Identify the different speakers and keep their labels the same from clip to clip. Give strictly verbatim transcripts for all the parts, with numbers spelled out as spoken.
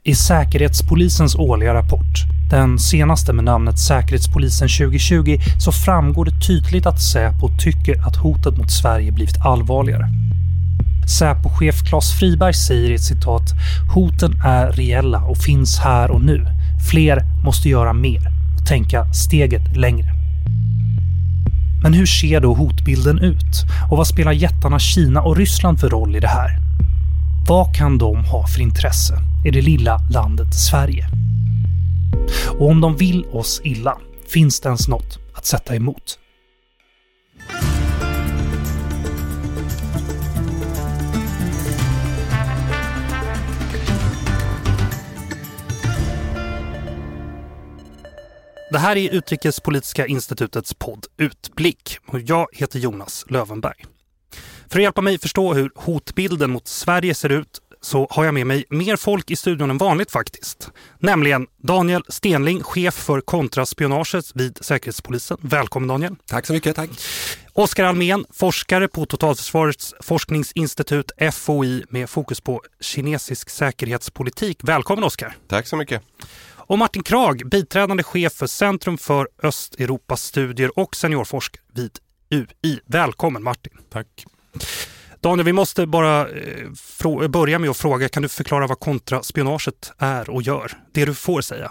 Speaker 1: I Säkerhetspolisens årliga rapport, den senaste med namnet Säkerhetspolisen tjugo tjugo, så framgår det tydligt att Säpo tycker att hotet mot Sverige blivit allvarligare. Säpo-chef Claes Friberg säger i ett citat: "Hoten är reella och finns här och nu. Fler måste göra mer och tänka steget längre." Men hur ser då hotbilden ut? Och vad spelar jättarna Kina och Ryssland för roll i det här? Vad kan de ha för intresse i det lilla landet Sverige? Och om de vill oss illa, finns det ens något att sätta emot? Det här är Utrikespolitiska institutets podd Utblick och jag heter Jonas Lövenberg. För att hjälpa mig förstå hur hotbilden mot Sverige ser ut så har jag med mig mer folk i studion än vanligt faktiskt. Nämligen Daniel Stenling, chef för kontraspionaget vid Säkerhetspolisen. Välkommen Daniel.
Speaker 2: Tack så mycket, tack.
Speaker 1: Oskar Almén, forskare på Totalförsvarets forskningsinstitut F O I med fokus på kinesisk säkerhetspolitik. Välkommen Oskar.
Speaker 3: Tack så mycket.
Speaker 1: Och Martin Krag, biträdande chef för Centrum för Östeuropas studier och seniorforskare vid U I. Välkommen Martin.
Speaker 3: Tack.
Speaker 1: Daniel, vi måste bara eh, frå- börja med att fråga, kan du förklara vad kontraspionaget är och gör? Det du får säga.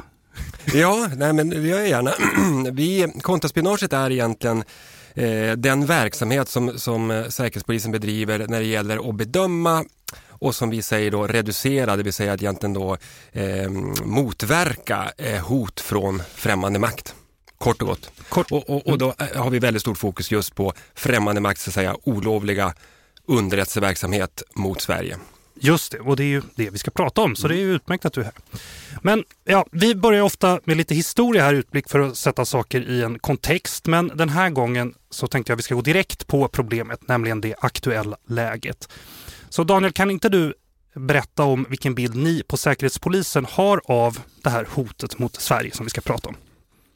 Speaker 2: Ja, nej, men det gör jag gärna. Vi, kontraspionaget är egentligen eh, den verksamhet som, som Säkerhetspolisen bedriver när det gäller att bedöma och som vi säger då reducera, det vill säga att egentligen då eh, motverka eh, hot från främmande makt. Kort och gott. Kort. Och, och, och då har vi väldigt stort fokus just på främmande makt, så att säga olovliga underrättelseverksamhet mot Sverige.
Speaker 1: Just det, och det är ju det vi ska prata om, så det är ju utmärkt att du är här. Men ja, vi börjar ofta med lite historia här i Utblick för att sätta saker i en kontext, men den här gången så tänkte jag att vi ska gå direkt på problemet, nämligen det aktuella läget. Så Daniel, kan inte du berätta om vilken bild ni på Säkerhetspolisen har av det här hotet mot Sverige som vi ska prata om?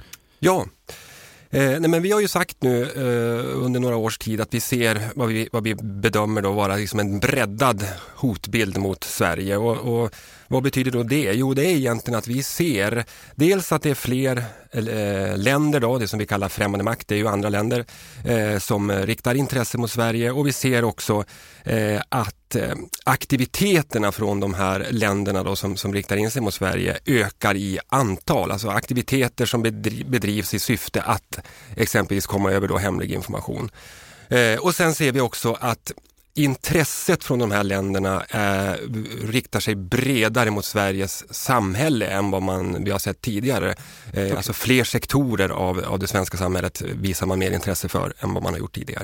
Speaker 2: Ja, eh, nej men vi har ju sagt nu eh, under några års tid att vi ser vad vi, vad vi bedömer då vara liksom en breddad hotbild mot Sverige. Och, och vad betyder då det? Jo, det är egentligen att vi ser dels att det är fler eh, länder då, det som vi kallar främmande makt, det är ju andra länder eh, som riktar intresse mot Sverige, och vi ser också eh, att eh, aktiviteterna från de här länderna då som, som riktar in sig mot Sverige ökar i antal, alltså aktiviteter som bedri- bedrivs i syfte att exempelvis komma över då hemlig information. Eh, och sen ser vi också att intresset från de här länderna eh, riktar sig bredare mot Sveriges samhälle än vad man, vi har sett tidigare. Eh, okay. Alltså fler sektorer av, av det svenska samhället visar man mer intresse för än vad man har gjort tidigare.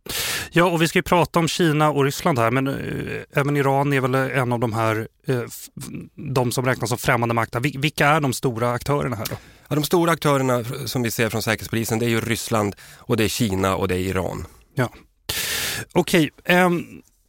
Speaker 1: Ja, och vi ska ju prata om Kina och Ryssland här, men äh, även Iran är väl en av de här, äh, f- de som räknas som främmande makter. Vil- vilka är de stora aktörerna här då?
Speaker 2: Ja, de stora aktörerna som vi ser från Säkerhetspolisen, det är ju Ryssland och det är Kina och det är Iran.
Speaker 1: Ja. Okej, um,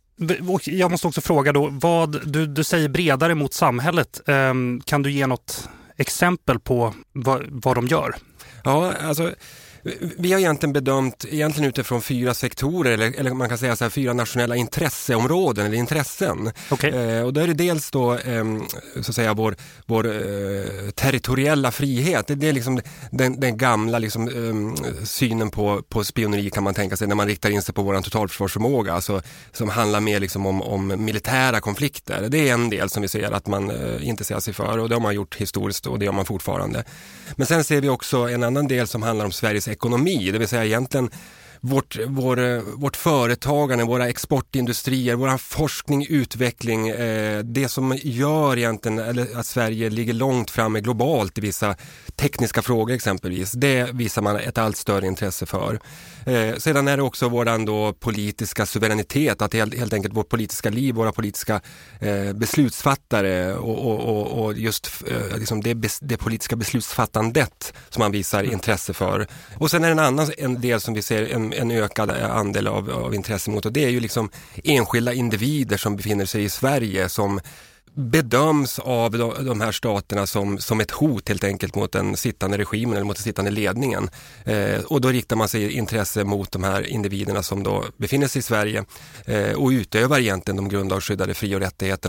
Speaker 1: jag måste också fråga då, vad du, du säger bredare mot samhället. Um, kan du ge något exempel på vad, vad de gör?
Speaker 2: Ja, alltså vi har egentligen bedömt egentligen utifrån fyra sektorer eller, eller man kan säga så här, fyra nationella intresseområden eller intressen.
Speaker 1: Okay.
Speaker 2: Eh, och då är det dels då eh, så att säga vår, vår eh, territoriella frihet. Det, det är liksom den, den gamla liksom, eh, synen på, på spioneri kan man tänka sig när man riktar in sig på vår totalförsvarsförmåga, alltså, som handlar mer liksom om, om militära konflikter. Det är en del som vi ser att man eh, inte ser sig för, och det har man gjort historiskt och det gör man fortfarande. Men sen ser vi också en annan del som handlar om Sveriges ekonomi, det vill säga egentligen vårt, vår, vårt företagande, våra exportindustrier, vår forskning, utveckling, eh, det som gör egentligen eller att Sverige ligger långt framme globalt i vissa tekniska frågor exempelvis, det visar man ett allt större intresse för. Eh, sedan är det också våran då politiska suveränitet, att helt, helt enkelt vårt politiska liv, våra politiska eh, beslutsfattare och, och, och, och just eh, liksom det, det politiska beslutsfattandet som man visar intresse för. Och sen är det en annan en del som vi ser en, en ökad andel av, av intresse mot, och det är ju liksom enskilda individer som befinner sig i Sverige som bedöms av de här staterna som, som ett hot helt enkelt mot den sittande regimen eller mot den sittande ledningen. Eh, och då riktar man sig intresse mot de här individerna som då befinner sig i Sverige eh, och utövar egentligen de grundlagsskyddade fri- och rättigheterna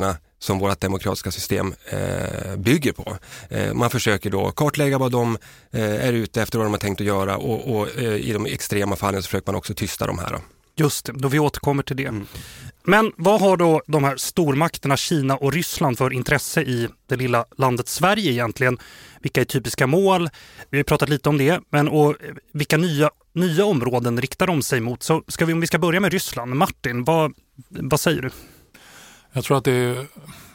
Speaker 2: som vårt demokratiska system eh, bygger på. Eh, man försöker då kartlägga vad de eh, är ute efter, vad de har tänkt att göra och, och eh, i de extrema fallen så försöker man också tysta de här. Då.
Speaker 1: Just det, då vi återkommer till det.
Speaker 2: Mm.
Speaker 1: Men vad har då de här stormakterna Kina och Ryssland för intresse i det lilla landet Sverige egentligen? Vilka är typiska mål? Vi har pratat lite om det, men och vilka nya, nya områden riktar de sig mot? Så ska vi, om vi ska börja med Ryssland, Martin, vad, vad säger du?
Speaker 3: Jag tror att det är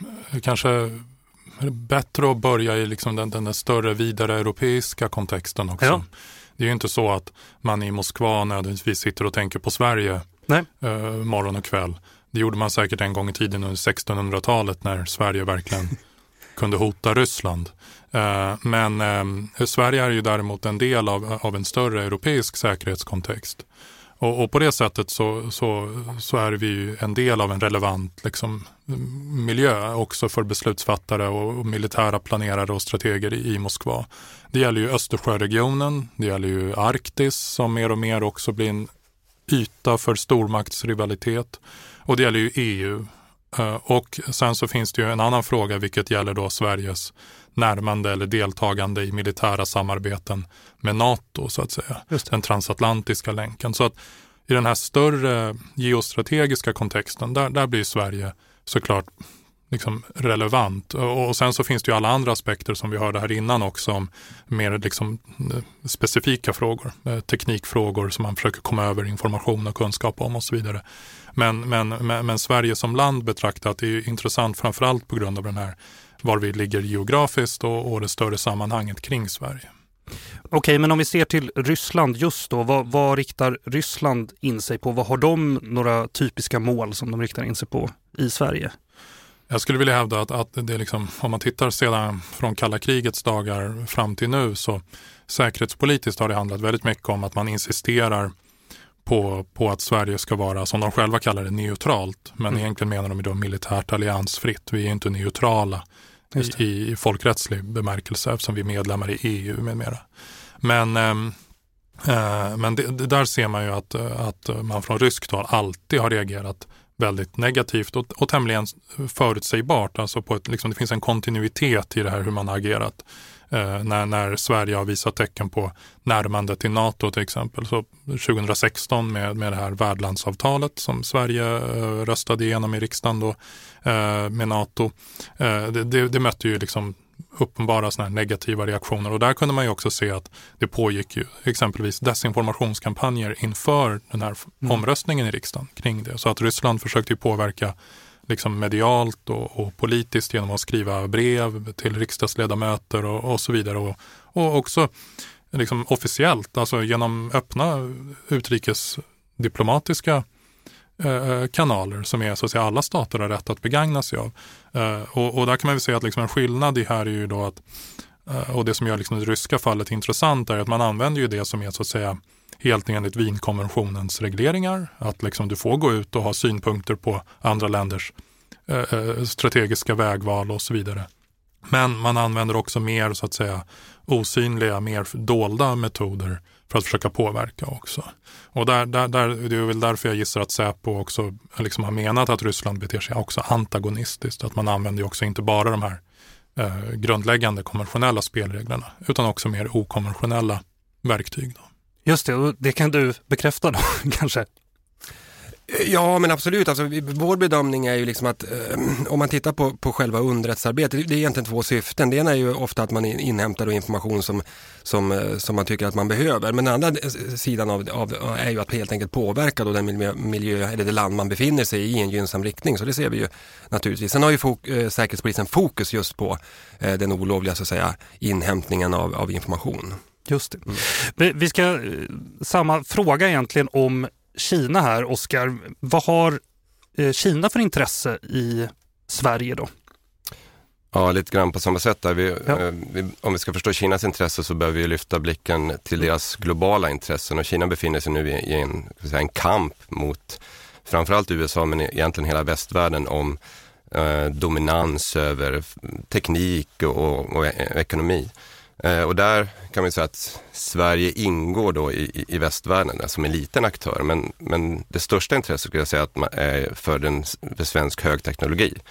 Speaker 3: kanske bättre att börja i liksom den, den större, vidare europeiska kontexten också. Ja. Det är ju inte så att man i Moskva nödvändigtvis sitter och tänker på Sverige Nej. Eh, morgon och kväll. Det gjorde man säkert en gång i tiden under sextonhundratalet när Sverige verkligen kunde hota Ryssland. Eh, men eh, Sverige är ju däremot en del av, av en större europeisk säkerhetskontext. Och, och på det sättet så, så, så är vi ju en del av en relevant liksom, miljö också för beslutsfattare och, och militära planerare och strateger i, i Moskva. Det gäller ju Östersjöregionen, det gäller ju Arktis som mer och mer också blir en yta för stormaktsrivalitet. Och det gäller ju E U. Och sen så finns det ju en annan fråga vilket gäller då Sveriges närmande eller deltagande i militära samarbeten med NATO så att säga. Den transatlantiska länken. Så att i den här större geostrategiska kontexten där, där blir Sverige såklart liksom relevant. Och, och sen så finns det ju alla andra aspekter som vi hörde här innan också om mer liksom specifika frågor. Teknikfrågor som man försöker komma över information och kunskap om och så vidare. Men, men, men, men Sverige som land betraktat är ju intressant framförallt på grund av den här var vi ligger geografiskt och, och det större sammanhanget kring Sverige.
Speaker 1: Okej, men om vi ser till Ryssland just då, vad, vad riktar Ryssland in sig på? Vad har de några typiska mål som de riktar in sig på i Sverige?
Speaker 3: Jag skulle vilja hävda att, att det liksom, om man tittar sedan från kalla krigets dagar fram till nu så säkerhetspolitiskt har det handlat väldigt mycket om att man insisterar på, på att Sverige ska vara, som de själva kallar det, neutralt. Men mm. egentligen menar de då militärt alliansfritt. Vi är inte neutrala i, i folkrättslig bemärkelse eftersom vi är medlemmar i E U med mera. Men, äh, men det, det där ser man ju att, att man från ryskt håll alltid har reagerat väldigt negativt och, och tämligen förutsägbart. Alltså på ett, liksom, det finns en kontinuitet i det här hur man har agerat. Eh, när, när Sverige har visat tecken på närmande till NATO till exempel. Så tjugohundrasexton med, med det här värdlandsavtalet som Sverige eh, röstade igenom i riksdagen då, eh, med NATO. Eh, det, det, det mötte ju liksom uppenbara såna här negativa reaktioner och där kunde man ju också se att det pågick ju exempelvis desinformationskampanjer inför den här mm. omröstningen i riksdagen kring det. Så att Ryssland försökte ju påverka liksom medialt och, och politiskt genom att skriva brev till riksdagsledamöter och, och så vidare. Och, och också liksom officiellt, alltså genom öppna utrikesdiplomatiska eh, kanaler som är så att säga alla stater har rätt att begagna sig av. Eh, och, och där kan man väl säga att liksom en skillnad i här är ju då att, eh, och det som gör liksom det ryska fallet intressant är att man använder ju det som är så att säga helt enligt Wienkonventionens regleringar. Att liksom du får gå ut och ha synpunkter på andra länders eh, strategiska vägval och så vidare. Men man använder också mer så att säga osynliga, mer dolda metoder för att försöka påverka också. Och där, där, där, det är väl därför jag gissar att Säpo också liksom har menat att Ryssland beter sig också antagonistiskt. Att man använder ju också inte bara de här eh, grundläggande konventionella spelreglerna utan också mer okonventionella verktyg då.
Speaker 1: Just det, och det kan du bekräfta då kanske?
Speaker 2: Ja, men absolut. Alltså, vår bedömning är ju liksom att eh, om man tittar på, på själva underrättsarbetet, det är egentligen två syften. Det ena är ju ofta att man inhämtar information som, som, som man tycker att man behöver. Men den andra sidan av, av är ju att helt enkelt påverka då den miljö, miljö eller det land man befinner sig i i en gynnsam riktning. Så det ser vi ju naturligtvis. Sen har ju fok, eh, Säkerhetspolisen fokus just på eh, den olovliga så att säga, inhämtningen av, av information.
Speaker 1: Just det. Mm. Vi ska eh, samma fråga egentligen om Kina här, Oskar. Vad har eh, Kina för intresse i Sverige då?
Speaker 4: Ja, lite grann på samma sätt där. Vi,
Speaker 1: ja.
Speaker 4: eh, vi, om vi ska förstå Kinas intresse så behöver vi lyfta blicken till deras globala intressen. Och Kina befinner sig nu i, i en, så säga, en kamp mot framförallt U S A men egentligen hela västvärlden om eh, dominans över teknik och, och, och ekonomi. Eh, och där kan man säga att Sverige ingår då i, i västvärlden som en liten aktör. Men, men det största intresset skulle jag säga att man är för, den, för svensk högteknologi.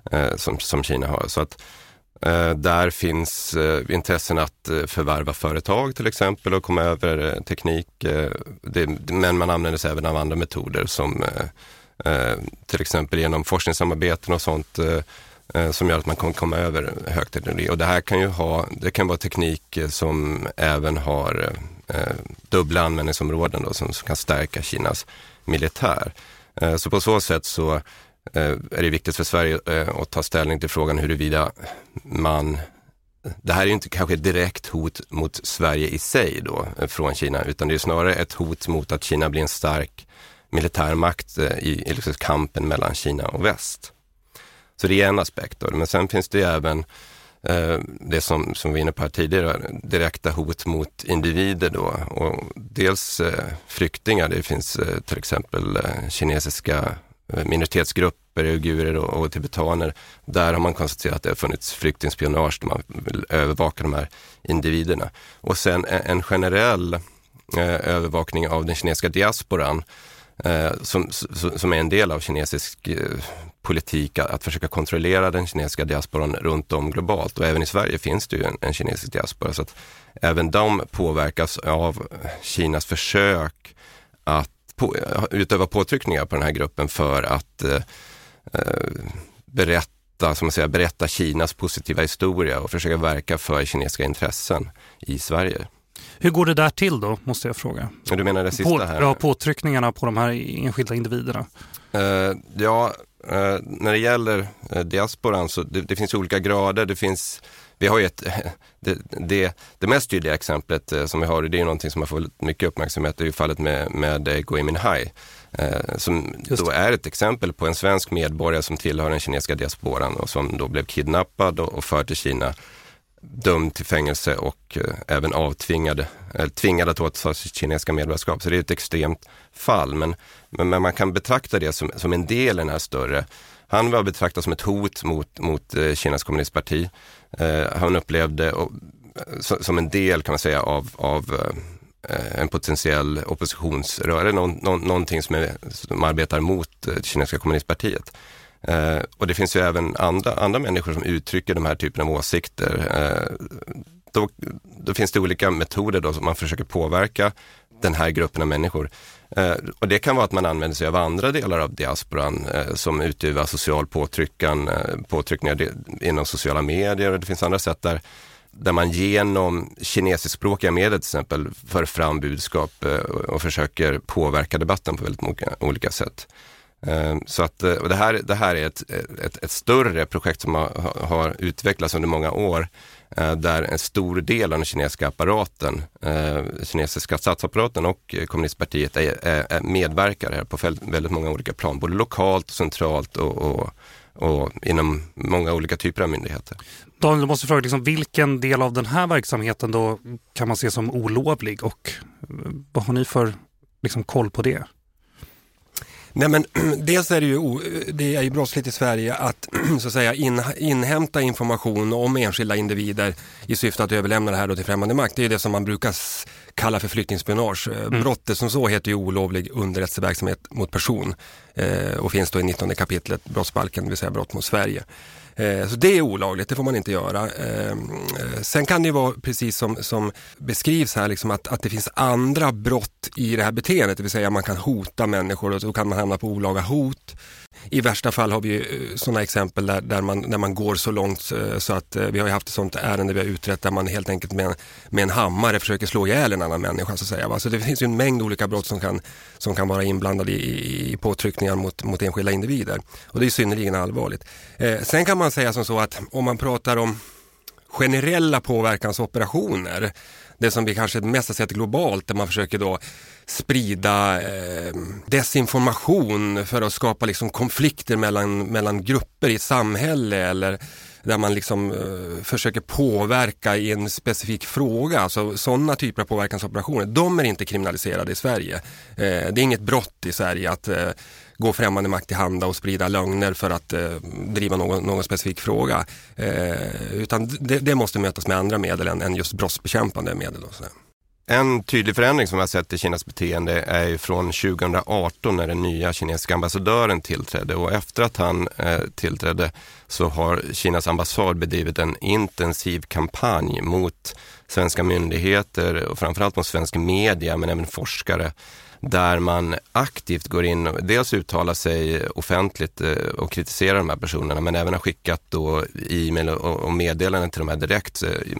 Speaker 4: eh, som, som Kina har. Så att eh, där finns eh, intressen att eh, förvärva företag till exempel och komma över eh, teknik. Eh, det, men man använder sig även av andra metoder som eh, eh, till exempel genom forskningssamarbeten och sånt eh, som gör att man kan komma över högteknologi. Och det här kan ju ha, det kan vara teknik som även har eh, dubbla användningsområden då, som, som kan stärka Kinas militär. Eh, så på så sätt så eh, är det viktigt för Sverige eh, att ta ställning till frågan huruvida man, det här är ju inte kanske ett direkt hot mot Sverige i sig då eh, från Kina, utan det är snarare ett hot mot att Kina blir en stark militärmakt eh, i, i liksom kampen mellan Kina och väst. Så det är en aspekt då. Men sen finns det ju även eh, det som, som vi var inne på här tidigare, direkta hot mot individer då. Och dels eh, flyktingar, det finns eh, till exempel eh, kinesiska eh, minoritetsgrupper, uigurer och, och tibetaner. Där har man konstaterat att det har funnits flyktingspionage där man vill övervaka de här individerna. Och sen en, en generell eh, övervakning av den kinesiska diasporan eh, som, som är en del av kinesisk eh, politik att försöka kontrollera den kinesiska diasporan runt om globalt. Och även i Sverige finns det ju en, en kinesisk diaspora. Så att även de påverkas av Kinas försök att på, utöva påtryckningar på den här gruppen för att eh, berätta, som man säger, berätta Kinas positiva historia och försöka verka för kinesiska intressen i Sverige.
Speaker 1: Hur går det där till då, måste jag fråga?
Speaker 4: Du menar det sista
Speaker 1: på,
Speaker 4: här?
Speaker 1: Ja, påtryckningarna på de här enskilda individerna.
Speaker 4: Uh, ja, uh, när det gäller uh, diasporan så det, det finns olika grader. Det finns, vi har ju ett, det, det, det mest tydliga exemplet uh, som vi har, det är ju någonting som har fått mycket uppmärksamhet, det är ju fallet med, med uh, Gui Minhai. Uh, som då är ett exempel på en svensk medborgare som tillhör den kinesiska diasporan och som då blev kidnappad och, och förd till Kina, dömd till fängelse och uh, även avtvingad, eller tvingad att åta sitt kinesiska medborgarskap. Så det är ett extremt fall, men, men, men man kan betrakta det som, som en del i den här större. Han var betraktad som ett hot mot, mot uh, Kinas kommunistparti. Uh, han upplevde uh, so, som en del, kan man säga, av, av uh, en potentiell oppositionsrörelse, någon, någon, någonting som, är, som arbetar mot uh, det kinesiska kommunistpartiet. Uh, och det finns ju även andra, andra människor som uttrycker de här typen av åsikter. Uh, då, då finns det olika metoder då som man försöker påverka den här gruppen av människor. Uh, och det kan vara att man använder sig av andra delar av diasporan uh, som utövar social påtryckan, uh, påtryckningar de, inom sociala medier, och det finns andra sätt där där man genom kinesiskspråkiga medel till exempel för fram budskap uh, och försöker påverka debatten på väldigt många olika sätt. Så att, och det, här, det här är ett, ett, ett större projekt som har, har utvecklats under många år, där en stor del av den kinesiska apparaten, kinesiska statsapparaten och kommunistpartiet är, är, är medverkar här på väldigt många olika plan, både lokalt, centralt och, och, och inom många olika typer av myndigheter.
Speaker 1: Daniel, du måste fråga, liksom, vilken del av den här verksamheten då kan man se som olovlig, och vad har ni för liksom, koll på det?
Speaker 2: Nej, men dels är det ju, det är ju brottsligt i Sverige att så att säga in, inhämta information om enskilda individer i syfte att överlämna det här då till främmande makt. Det är det som man brukar kalla för flyktingspionage. Mm. Brottet som så heter ju olovlig underrättelseverksamhet mot person eh, och finns då i nittonde kapitlet brottsbalken, det vill säga brott mot Sverige. Så det är olagligt, det får man inte göra. Sen kan det ju vara precis som, som beskrivs här, liksom att, att det finns andra brott i det här beteendet, det vill säga man kan hota människor och då kan man hamna på olaga hot. I värsta fall har vi ju sådana exempel där, där, man, där man går så långt så att vi har ju haft ett sådant ärende vi har utrett där man helt enkelt med en, med en hammare försöker slå ihjäl en annan människa, så att säga. Så det finns ju en mängd olika brott som kan, som kan vara inblandade i, i påtryckningar mot, mot enskilda individer. Och det är synnerligen allvarligt. Eh, sen kan man säga som så att om man pratar om generella påverkansoperationer, det som vi kanske mest sett globalt, där man försöker då sprida eh, desinformation för att skapa liksom konflikter mellan, mellan grupper i ett samhälle, eller där man liksom eh, försöker påverka i en specifik fråga. Alltså sådana typer av påverkansoperationer, de är inte kriminaliserade i Sverige. Eh, det är inget brott i Sverige att eh, gå främmande makt i handa och sprida lögner för att eh, driva någon, någon specifik fråga. Eh, utan det, det måste mötas med andra medel än, än just brottsbekämpande medel. Och så.
Speaker 4: En tydlig förändring som vi har sett i Kinas beteende är ju från tjugo arton när den nya kinesiska ambassadören tillträdde, och efter att han eh, tillträdde så har Kinas ambassad bedrivit en intensiv kampanj mot svenska myndigheter och framförallt mot svenska media men även forskare, där man aktivt går in och dels uttalar sig offentligt och kritiserar de här personerna, men även har skickat då e-mail och meddelanden till de här direkt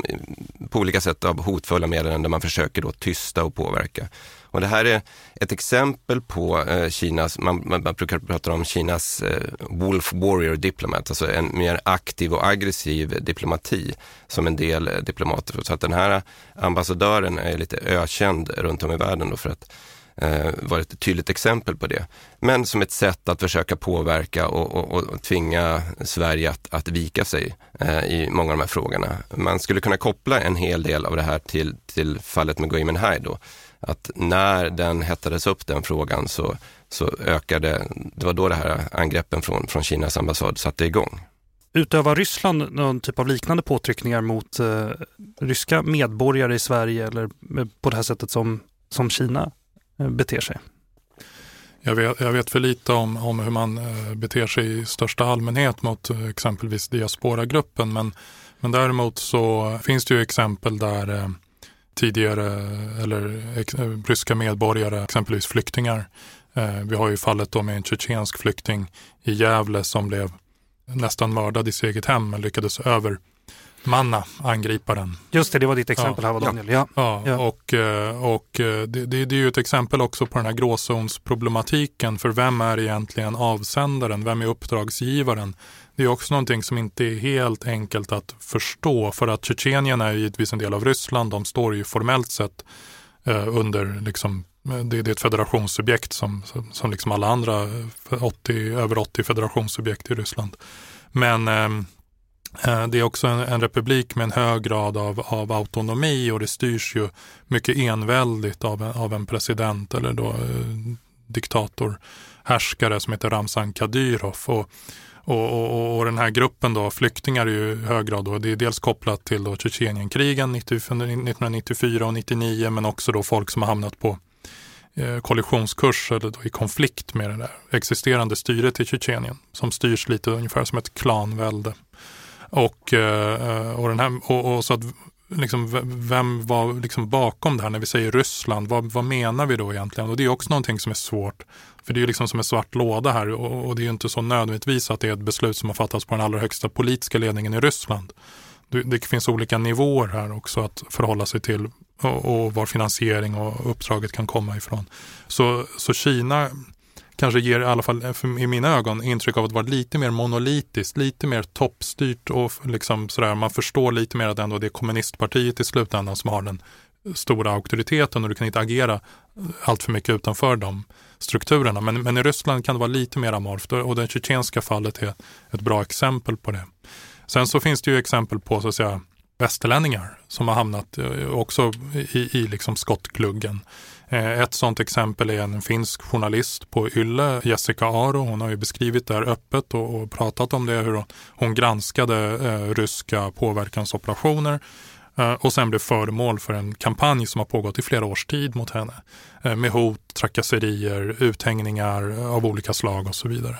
Speaker 4: på olika sätt av hotfulla meddelanden där man försöker då tysta och påverka. Och det här är ett exempel på eh, Kinas, man, man, man brukar prata om Kinas eh, wolf warrior diplomat, alltså en mer aktiv och aggressiv diplomati som en del eh, diplomater. Så att den här ambassadören är lite ökänd runt om i världen då för att eh, vara ett tydligt exempel på det. Men som ett sätt att försöka påverka och, och, och tvinga Sverige att, att vika sig eh, i många av de här frågorna. Man skulle kunna koppla en hel del av det här till, till fallet med Gui Minhai då. Att när den hettades upp den frågan så, så ökade, det var då det här angreppen från, från Kinas ambassad satte igång.
Speaker 1: Utövar Ryssland någon typ av liknande påtryckningar mot eh, ryska medborgare i Sverige eller på det här sättet som, som Kina eh, beter sig?
Speaker 3: Jag vet, jag vet för lite om, om hur man eh, beter sig i största allmänhet mot eh, exempelvis diaspora-gruppen, men, men däremot så finns det ju exempel där eh, tidigare eller ex, ryska medborgare, exempelvis flyktingar. Eh, vi har ju fallet då med en tjetjensk flykting i Gävle som blev nästan mördad i sitt eget hem men lyckades övermanna angriparen.
Speaker 1: Just det, det var ditt exempel ja. här var Daniel. Ja,
Speaker 3: ja. ja. och, och det, det, det är ju ett exempel också på den här gråzonsproblematiken, för vem är egentligen avsändaren, vem är uppdragsgivaren? Det är också någonting som inte är helt enkelt att förstå, för att Tjetjenien är givetvis en del av Ryssland, de står ju formellt sett eh, under liksom, det, det är ett federationssubjekt som, som, som liksom alla andra åttio, över åttio federationssubjekt i Ryssland. Men eh, det är också en, en republik med en hög grad av, av autonomi, och det styrs ju mycket enväldigt av en, av en president eller då eh, diktator, härskare som heter Ramzan Kadyrov. Och Och, och, och den här gruppen då, flyktingar är ju i hög grad då, det är dels kopplat till då Tjetjenienkrigen nittonhundranittiofyra och nittionio, men också då folk som har hamnat på eh, kollisionskurs eller då i konflikt med det där existerande styret i Tjetjenien, som styrs lite ungefär som ett klanvälde. Och, eh, och, den här, och, och så att liksom, vem var liksom bakom det här när vi säger Ryssland, vad, vad menar vi då egentligen? Och det är också någonting som är svårt, för det är ju liksom som en svart låda här, och, och det är ju inte så nödvändigtvis att det är ett beslut som har fattats på den allra högsta politiska ledningen i Ryssland. Det, det finns olika nivåer här också att förhålla sig till, och, och var finansiering och uppdraget kan komma ifrån. Så, så Kina kanske ger i alla fall i mina ögon intryck av att vara lite mer monolitiskt, lite mer toppstyrt, och liksom sådär, man förstår lite mer att ändå det är kommunistpartiet i slutändan som har den stora auktoriteten, och du kan inte agera allt för mycket utanför de strukturerna. Men, men i Ryssland kan det vara lite mer amorft, och det tjetjenska fallet är ett bra exempel på det. Sen så finns det ju exempel på så att säga västerlänningar som har hamnat också i, i liksom skottgluggen. Ett sådant exempel är en finsk journalist på Yle, Jessica Aro. Hon har ju beskrivit det här öppet och, och pratat om det, hur hon granskade eh, ryska påverkansoperationer eh, och sen blev föremål för en kampanj som har pågått i flera års tid mot henne. Eh, med hot, trakasserier, uthängningar av olika slag och så vidare.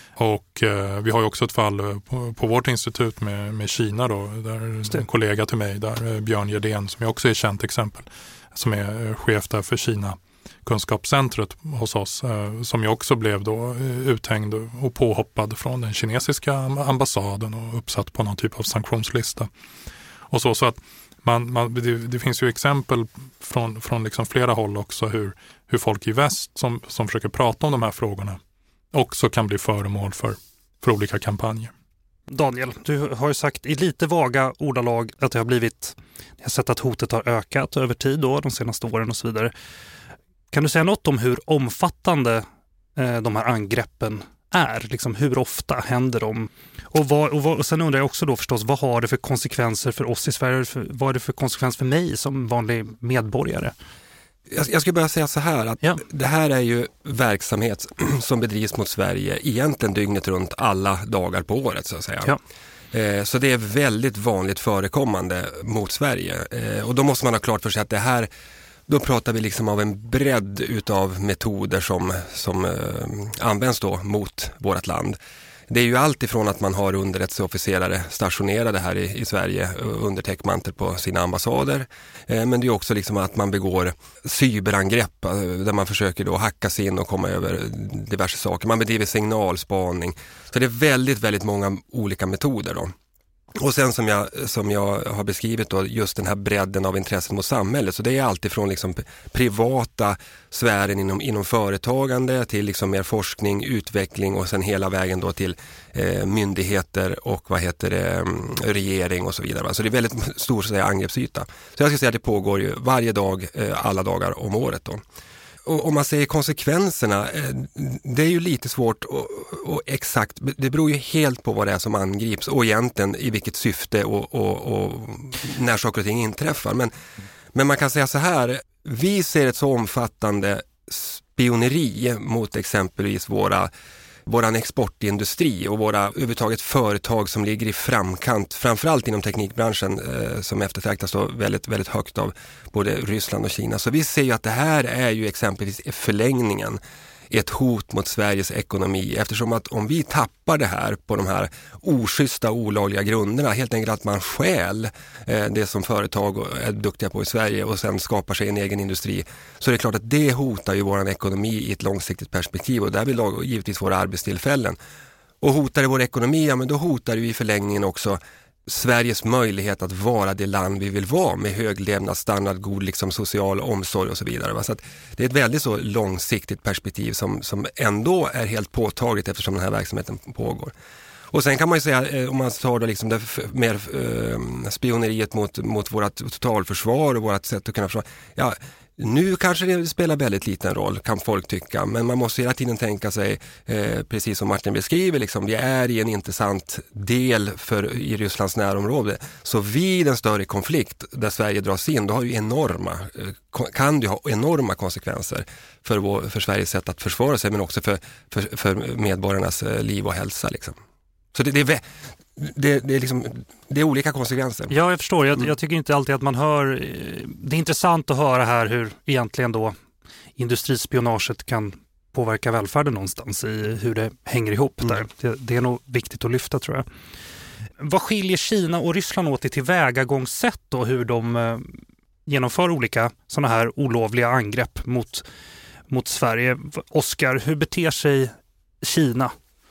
Speaker 3: Och eh, vi har ju också ett fall på, på vårt institut med, med Kina då, där en kollega till mig, där eh, Björn Gerdén, som jag också är ett känt exempel, som är chef där för Kina kunskapscentret hos oss, eh, som ju också blev då uthängd och påhoppad från den kinesiska ambassaden och uppsatt på någon typ av sanktionslista. Och så, så att man, man, det, det finns ju exempel från, från liksom flera håll också hur, hur folk i väst som, som försöker prata om de här frågorna också kan bli föremål för, för olika kampanjer.
Speaker 1: Daniel, du har ju sagt i lite vaga ordalag att det har blivit, jag har sett att hotet har ökat över tid då, de senaste åren och så vidare. Kan du säga något om hur omfattande eh, de här angreppen är? Liksom, hur ofta händer de? Och, vad, och, vad, och sen undrar jag också då förstås, vad har det för konsekvenser för oss i Sverige? För, vad är det för konsekvens för mig som vanlig medborgare?
Speaker 2: Jag, jag skulle bara säga så här, att
Speaker 1: ja.
Speaker 2: det här är ju verksamhet som bedrivs mot Sverige egentligen dygnet runt alla dagar på året så att säga.
Speaker 1: Ja.
Speaker 2: Eh, så det är väldigt vanligt förekommande mot Sverige. Eh, och då måste man ha klart för sig att det här då pratar vi liksom av en bredd utav metoder som, som eh, används då mot vårt land. Det är ju allt ifrån att man har underrättelseofficerare stationerade här i, i Sverige under täckmantel på sina ambassader. Eh, men det är också liksom att man begår cyberangrepp eh, där man försöker då hacka sig in och komma över diverse saker. Man bedriver signalspaning. Så det är väldigt, väldigt många olika metoder då. Och sen som jag, som jag har beskrivit då, just den här bredden av intressen mot samhället. Så det är alltid från liksom privata sfären inom, inom företagande till liksom mer forskning, utveckling och sen hela vägen då till eh, myndigheter och vad heter det, regering och så vidare. Va? Så det är väldigt stor så att säga, angreppsyta. Så jag ska säga att det pågår ju varje dag, eh, alla dagar om året då. Och om man säger konsekvenserna, det är ju lite svårt och, och exakt, det beror ju helt på vad det är som angrips och egentligen i vilket syfte och, och, och när saker och ting inträffar. Men, men man kan säga så här, vi ser ett så omfattande spioneri mot exempelvis våra våran exportindustri och våra överhuvudtaget företag som ligger i framkant, framförallt inom teknikbranschen eh, som eftertraktas så väldigt, väldigt högt av både Ryssland och Kina. Så vi ser ju att det här är ju exempelvis förlängningen ett hot mot Sveriges ekonomi, eftersom att om vi tappar det här på de här oschyssta, olagliga grunderna, helt enkelt att man stjäl eh, det som företag är duktiga på i Sverige och sen skapar sig en egen industri, så är det klart att det hotar ju vår ekonomi i ett långsiktigt perspektiv och där vill då givetvis våra arbetstillfällen. Och hotar det vår ekonomi, ja men då hotar det ju i förlängningen också Sveriges möjlighet att vara det land vi vill vara med hög levnadsstandard, god liksom social omsorg och så vidare. Så att det är ett väldigt så långsiktigt perspektiv som, som ändå är helt påtagligt eftersom den här verksamheten pågår. Och sen kan man ju säga, om man tar då liksom det mer eh, spioneriet mot, mot vårt totalförsvar och vårt sätt att kunna försvara, ja, nu kanske det spelar väldigt liten roll kan folk tycka, men man måste hela tiden tänka sig, eh, precis som Martin beskriver, liksom, vi är i en intressant del för, i Rysslands närområde. Så vid en större konflikt där Sverige dras in, då har ju enorma, eh, kan det ha enorma konsekvenser för, vår, för Sveriges sätt att försvara sig, men också för, för, för medborgarnas eh, liv och hälsa. Liksom. Så det, det är Det, det, är liksom, det är olika konsekvenser.
Speaker 1: Ja, jag förstår. Jag, jag tycker inte alltid att man hör... Det är intressant att höra här hur egentligen då industrispionaget kan påverka välfärden någonstans i hur det hänger ihop där. Mm. Det, det är nog viktigt att lyfta, tror jag. Vad skiljer Kina och Ryssland åt i tillvägagångssätt då, hur de eh, genomför olika sådana här olovliga angrepp mot, mot Sverige? Oskar, hur beter sig Kina?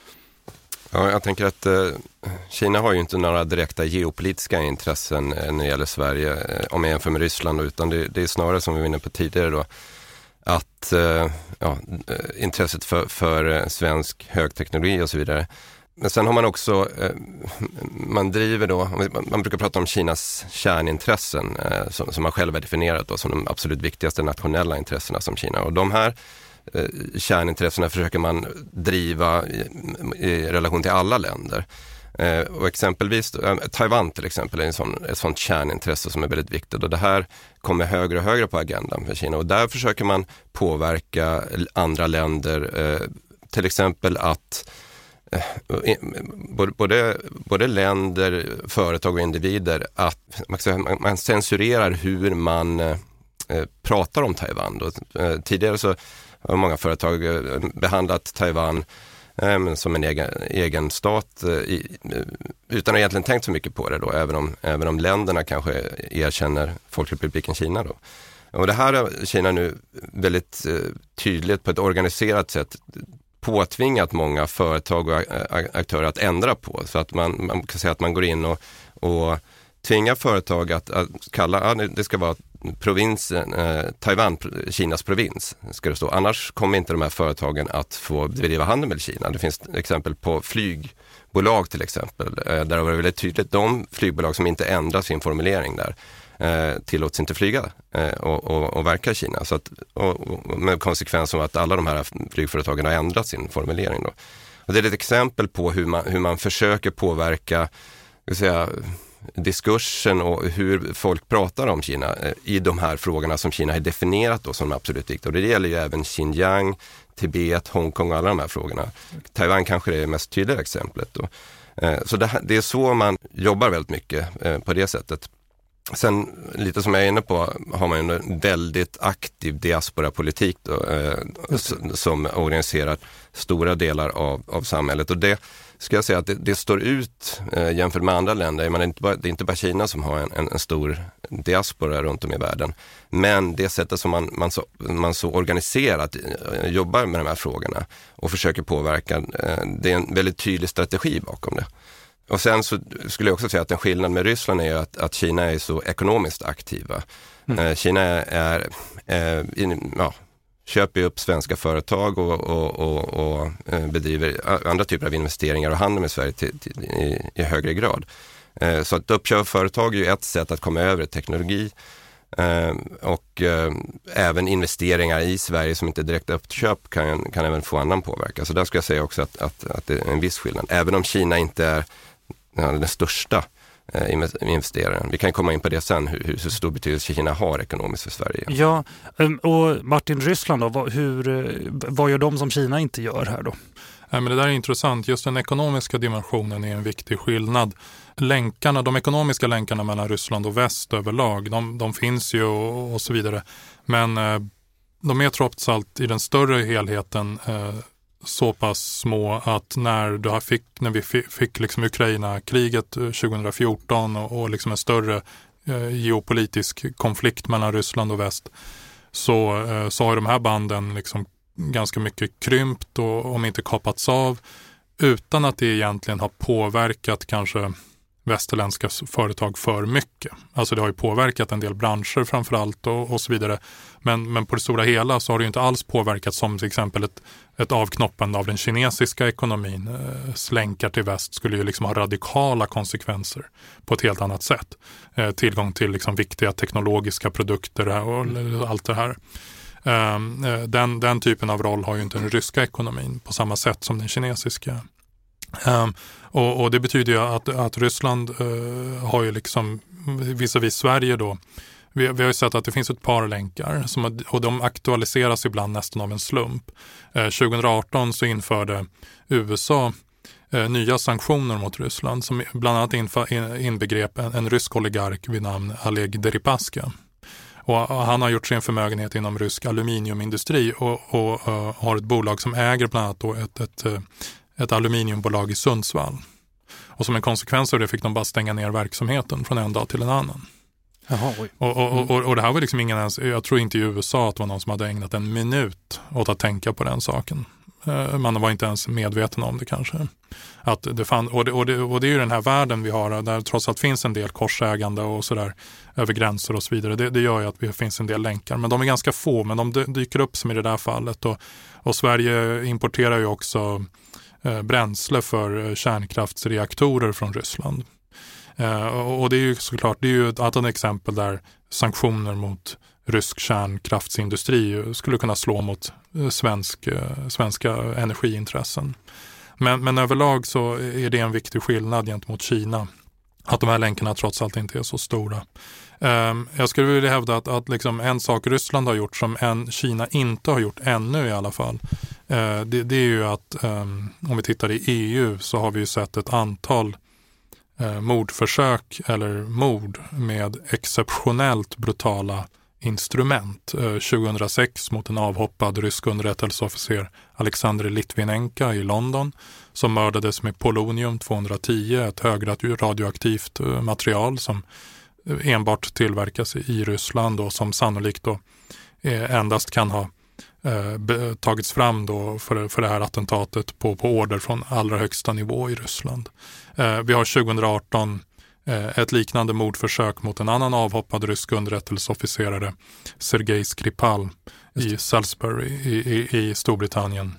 Speaker 4: Ja, jag tänker att eh, Kina har ju inte några direkta geopolitiska intressen eh, när det gäller Sverige eh, om jag jämför med Ryssland, utan det, det är snarare som vi var inne på tidigare då, att eh, ja, intresset för, för eh, svensk högteknologi och så vidare. Men sen har man också, eh, man driver då, man, man brukar prata om Kinas kärnintressen eh, som, som man själv har definierat då, som de absolut viktigaste nationella intressena som Kina. Och de här kärnintressena försöker man driva i, i relation till alla länder. Eh, och exempelvis eh, Taiwan till exempel är en sån, ett sånt kärnintresse som är väldigt viktigt, och det här kommer högre och högre på agendan för Kina, och där försöker man påverka andra länder, eh, till exempel att eh, både, både länder, företag och individer, att man, man censurerar hur man eh, pratar om Taiwan. Då, eh, tidigare så har många företag behandlat Taiwan eh, som en egen, egen stat eh, i, utan att egentligen tänkt så mycket på det då, även om, även om länderna kanske erkänner Folkrepubliken Kina då. Och det här har Kina nu väldigt eh, tydligt på ett organiserat sätt påtvingat många företag och aktörer att ändra på, så att man, man kan säga att man går in och, och tvingar företag att, att kalla, ja, det ska vara provinsen, eh, Taiwan, Kinas provins ska det stå. Annars kommer inte de här företagen att få bedriva handel med Kina. Det finns exempel på flygbolag till exempel, eh, där det var väldigt tydligt, de flygbolag som inte ändrar sin formulering där eh, tillåts inte flyga eh, och, och, och verka i Kina. Så att, och, och med konsekvens av att alla de här flygföretagen har ändrat sin formulering då. Och det är ett exempel på hur man, hur man försöker påverka, ska säga, diskursen och hur folk pratar om Kina i de här frågorna som Kina har definierat då som de absolut viktiga. Och det gäller ju även Xinjiang, Tibet, Hongkong och alla de här frågorna. Taiwan kanske är det mest tydliga exemplet då. Så det, det är så man jobbar väldigt mycket på det sättet. sen lite som jag är inne på har man ju en väldigt aktiv diasporapolitik då, eh, som organiserar stora delar av, av samhället, och det ska jag säga att det, det står ut eh, jämfört med andra länder. Man är inte bara, det är inte bara Kina som har en, en, en stor diaspora runt om i världen, men det sättet som man, man, så, man så organiserat eh, jobbar med de här frågorna och försöker påverka, eh, det är en väldigt tydlig strategi bakom det. Och sen så skulle jag också säga att en skillnad med Ryssland är att, att Kina är så ekonomiskt aktiva. Mm. Eh, Kina är, är in, ja, köper upp svenska företag och, och, och, och bedriver andra typer av investeringar och handel med Sverige till, till, i, i högre grad. Eh, så att uppköpa företag är ju ett sätt att komma över teknologi, eh, och eh, även investeringar i Sverige som inte är direkt uppköp kan, kan även få annan påverkan. Så där ska jag säga också att, att, att det är en viss skillnad. Även om Kina inte är ja, den största investeraren. Vi kan komma in på det sen, hur, hur stor betydelse Kina har ekonomiskt för Sverige.
Speaker 1: Ja, och Martin, Ryssland då, vad, hur, vad gör de som Kina inte gör här då?
Speaker 3: Nej, men det där är intressant. Just den ekonomiska dimensionen är en viktig skillnad. Länkarna, de ekonomiska länkarna mellan Ryssland och väst överlag, de, de finns ju och, och så vidare. Men eh, de är trots allt i den större helheten eh, så pass små att när, du fick, när vi fick, fick liksom Ukraina-kriget tjugohundrafjorton och, och liksom en större eh, geopolitisk konflikt mellan Ryssland och väst, så, eh, så har de här banden liksom ganska mycket krympt och om inte kapats av, utan att det egentligen har påverkat kanske västerländska företag för mycket. Alltså det har ju påverkat en del branscher framförallt och, och så vidare. Men, men på det stora hela så har det ju inte alls påverkat som till exempel ett, ett avknoppande av den kinesiska ekonomin. Eh, slänkar till väst skulle ju liksom ha radikala konsekvenser på ett helt annat sätt. Eh, tillgång till liksom viktiga teknologiska produkter och mm. allt det här. Eh, den, den typen av roll har ju inte den ryska ekonomin på samma sätt som den kinesiska. Um, och, och det betyder ju att, att Ryssland uh, har ju liksom visavi Sverige då, vi, vi har ju sett att det finns ett par länkar som, och de aktualiseras ibland nästan av en slump. Uh, tjugohundraarton så införde U S A uh, nya sanktioner mot Ryssland som bland annat infa, in, inbegrep en, en rysk oligark vid namn Oleg Deripaska. Och, och han har gjort sin förmögenhet inom rysk aluminiumindustri och, och uh, har ett bolag som äger bland annat då ett, ett uh, ett aluminiumbolag i Sundsvall. Och som en konsekvens av det fick de bara stänga ner verksamheten från en dag till en annan.
Speaker 1: Jaha, oj.
Speaker 3: Och, och, och, och det här var liksom ingen ens, jag tror inte i U S A att det var någon som hade ägnat en minut åt att tänka på den saken. Man var inte ens medveten om det kanske. Att det fann, och, det, och, det, och det är ju den här världen vi har där trots att det finns en del korsägande och sådär över gränser och så vidare. Det, det gör ju att det finns en del länkar. Men de är ganska få, men de dyker upp som i det där fallet. Och, och Sverige importerar ju också bränsle för kärnkraftsreaktorer från Ryssland. Eh, och det är ju såklart, det är ju ett annat exempel där sanktioner mot rysk kärnkraftsindustri skulle kunna slå mot svensk, svenska energiintressen. Men, men överlag så är det en viktig skillnad gentemot Kina. Att de här länkarna trots allt inte är så stora. Eh, jag skulle vilja hävda att, att liksom en sak Ryssland har gjort som en Kina inte har gjort ännu i alla fall. Det, det är ju att um, om vi tittar i E U så har vi ju sett ett antal uh, mordförsök eller mord med exceptionellt brutala instrument. Uh, tjugohundrasex mot en avhoppad rysk underrättelseofficer Alexander Litvinenka i London som mördades med polonium tvåhundratio, ett högradioaktivt uh, material som enbart tillverkas i Ryssland och som sannolikt då eh, endast kan ha Eh, tagits fram då för, för det här attentatet på, på order från allra högsta nivå i Ryssland. Eh, vi har tjugohundraarton eh, ett liknande mordförsök mot en annan avhoppad rysk underrättelseofficerare, Sergej Skripal i Salisbury i, i, i Storbritannien.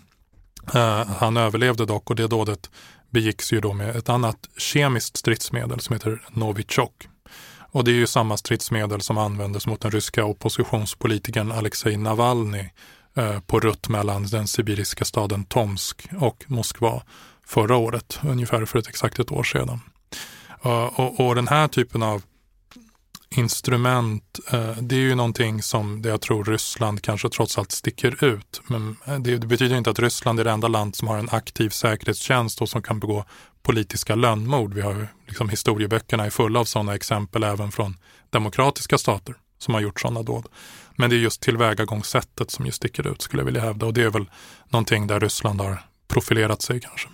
Speaker 3: Eh, han överlevde dock och det dådet begicks ju då med ett annat kemiskt stridsmedel som heter Novichok. Och det är ju samma stridsmedel som användes mot den ryska oppositionspolitikern Alexej Navalny på rutt mellan den sibiriska staden Tomsk och Moskva förra året, ungefär för ett exakt ett år sedan. Och, och den här typen av instrument, det är ju någonting som det jag tror Ryssland kanske trots allt sticker ut. Men det, det betyder inte att Ryssland är det enda land som har en aktiv säkerhetstjänst och som kan begå politiska lönnmord. Vi har liksom historieböckerna är fulla av sådana exempel även från demokratiska stater som har gjort sådana dåd. Men det är just tillvägagångssättet som ju sticker ut, skulle jag vilja hävda. Och det är väl någonting där Ryssland har profilerat sig kanske.